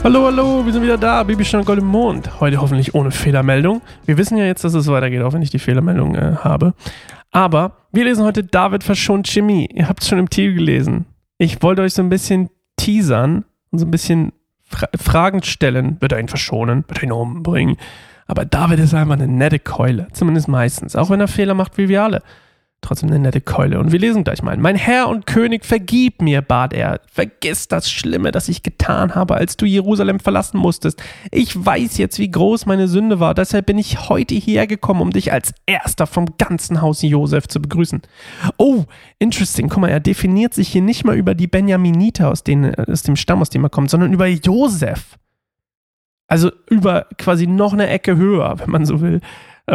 Hallo, hallo, wir sind wieder da, Bibelstunde Gold im Mond. Heute hoffentlich ohne Fehlermeldung. Wir wissen ja jetzt, dass es weitergeht, auch wenn ich die Fehlermeldung habe. Aber wir lesen heute David verschont Chemie. Ihr habt es schon im Titel gelesen. Ich wollte euch so ein bisschen teasern und so ein bisschen Fragen stellen. Wird er ihn verschonen? Wird er ihn umbringen? Aber David ist einfach eine nette Keule. Zumindest meistens. Auch wenn er Fehler macht wie wir alle. Trotzdem eine nette Keule. Und wir lesen gleich mal. Mein Herr und König, vergib mir, bat er. Vergiss das Schlimme, das ich getan habe, als du Jerusalem verlassen musstest. Ich weiß jetzt, wie groß meine Sünde war. Deshalb bin ich heute hierher gekommen, um dich als Erster vom ganzen Haus Josef zu begrüßen. Oh, interesting. Guck mal, er definiert sich hier nicht mal über die Benjaminiter, aus dem Stamm, aus dem er kommt, sondern über Josef. Also über quasi noch eine Ecke höher, wenn man so will.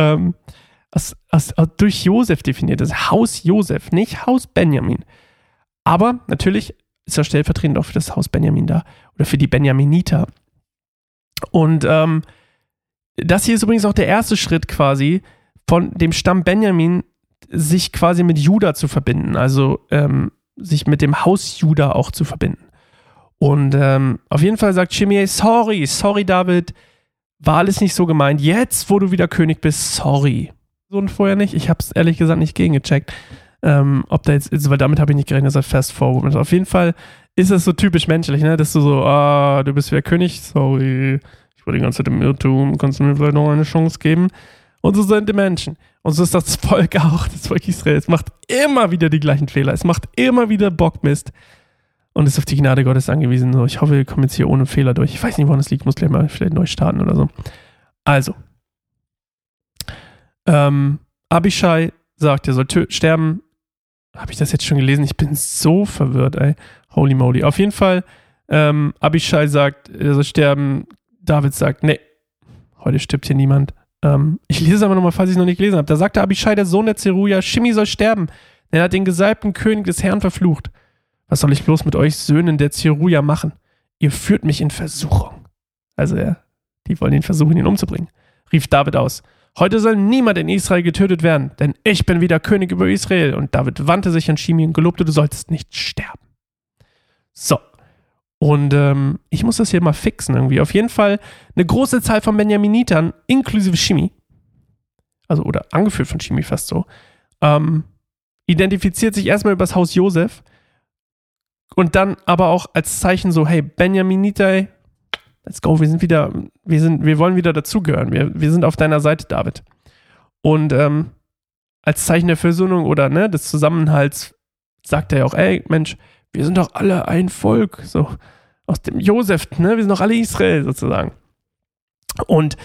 Durch Josef definiert, das Haus Josef, nicht Haus Benjamin. Aber natürlich ist er stellvertretend auch für das Haus Benjamin da oder für die Benjaminiter. Und das hier ist übrigens auch der erste Schritt quasi von dem Stamm Benjamin, sich quasi mit Juda zu verbinden, also sich mit dem Haus Juda auch zu verbinden. Und auf jeden Fall sagt Shimei, sorry David, war alles nicht so gemeint, jetzt wo du wieder König bist, sorry. So und vorher nicht. Ich habe es ehrlich gesagt nicht gegengecheckt, ob da jetzt ist, weil damit habe ich nicht gerechnet, dass er fast forward. Auf jeden Fall ist es so typisch menschlich, ne? Dass du so, du bist wieder König, sorry, ich war die ganze Zeit im Irrtum, kannst du mir vielleicht noch eine Chance geben? Und so sind die Menschen. Und so ist das Volk auch, das Volk Israel. Es macht immer wieder die gleichen Fehler, es macht immer wieder Bockmist und ist auf die Gnade Gottes angewiesen. So, ich hoffe, wir kommen jetzt hier ohne Fehler durch. Ich weiß nicht, woran es liegt, muss gleich mal vielleicht neu starten oder so. Also. Abishai sagt, er soll sterben. Habe ich das jetzt schon gelesen? Ich bin so verwirrt, ey. Holy moly. Auf jeden Fall, Abishai sagt, er soll sterben. David sagt, nee, heute stirbt hier niemand. Ich lese es aber nochmal, falls ich es noch nicht gelesen habe. Da sagte Abishai, der Sohn der Zeruja, Shimei soll sterben. Denn er hat den gesalbten König des Herrn verflucht. Was soll ich bloß mit euch Söhnen der Zeruja machen? Ihr führt mich in Versuchung. Also die wollen ihn versuchen, ihn umzubringen. Rief David aus. Heute soll niemand in Israel getötet werden, denn ich bin wieder König über Israel. Und David wandte sich an Shimei und gelobte, du solltest nicht sterben. So. Und ich muss das hier mal fixen irgendwie. Auf jeden Fall eine große Zahl von Benjaminitern, inklusive Shimei, also oder angeführt von Shimei fast so, identifiziert sich erstmal über das Haus Josef und dann aber auch als Zeichen so, hey, Benjaminiter, let's go, wir wollen wieder dazugehören. Wir sind auf deiner Seite, David. Und als Zeichen der Versöhnung oder des Zusammenhalts sagt er ja auch, ey, Mensch, wir sind doch alle ein Volk, so aus dem Josef, wir sind doch alle Israel sozusagen. Und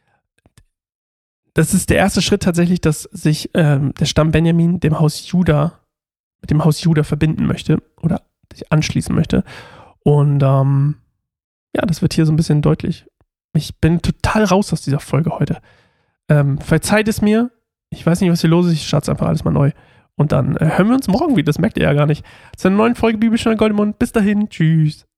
das ist der erste Schritt tatsächlich, dass sich der Stamm Benjamin mit dem Haus Juda verbinden möchte oder sich anschließen möchte. Und das wird hier so ein bisschen deutlich. Ich bin total raus aus dieser Folge heute. Verzeiht es mir. Ich weiß nicht, was hier los ist. Ich starte einfach alles mal neu. Und dann hören wir uns morgen wieder. Das merkt ihr ja gar nicht. Zu einer neuen Folge Bibelstunde Gold im Mund. Bis dahin. Tschüss.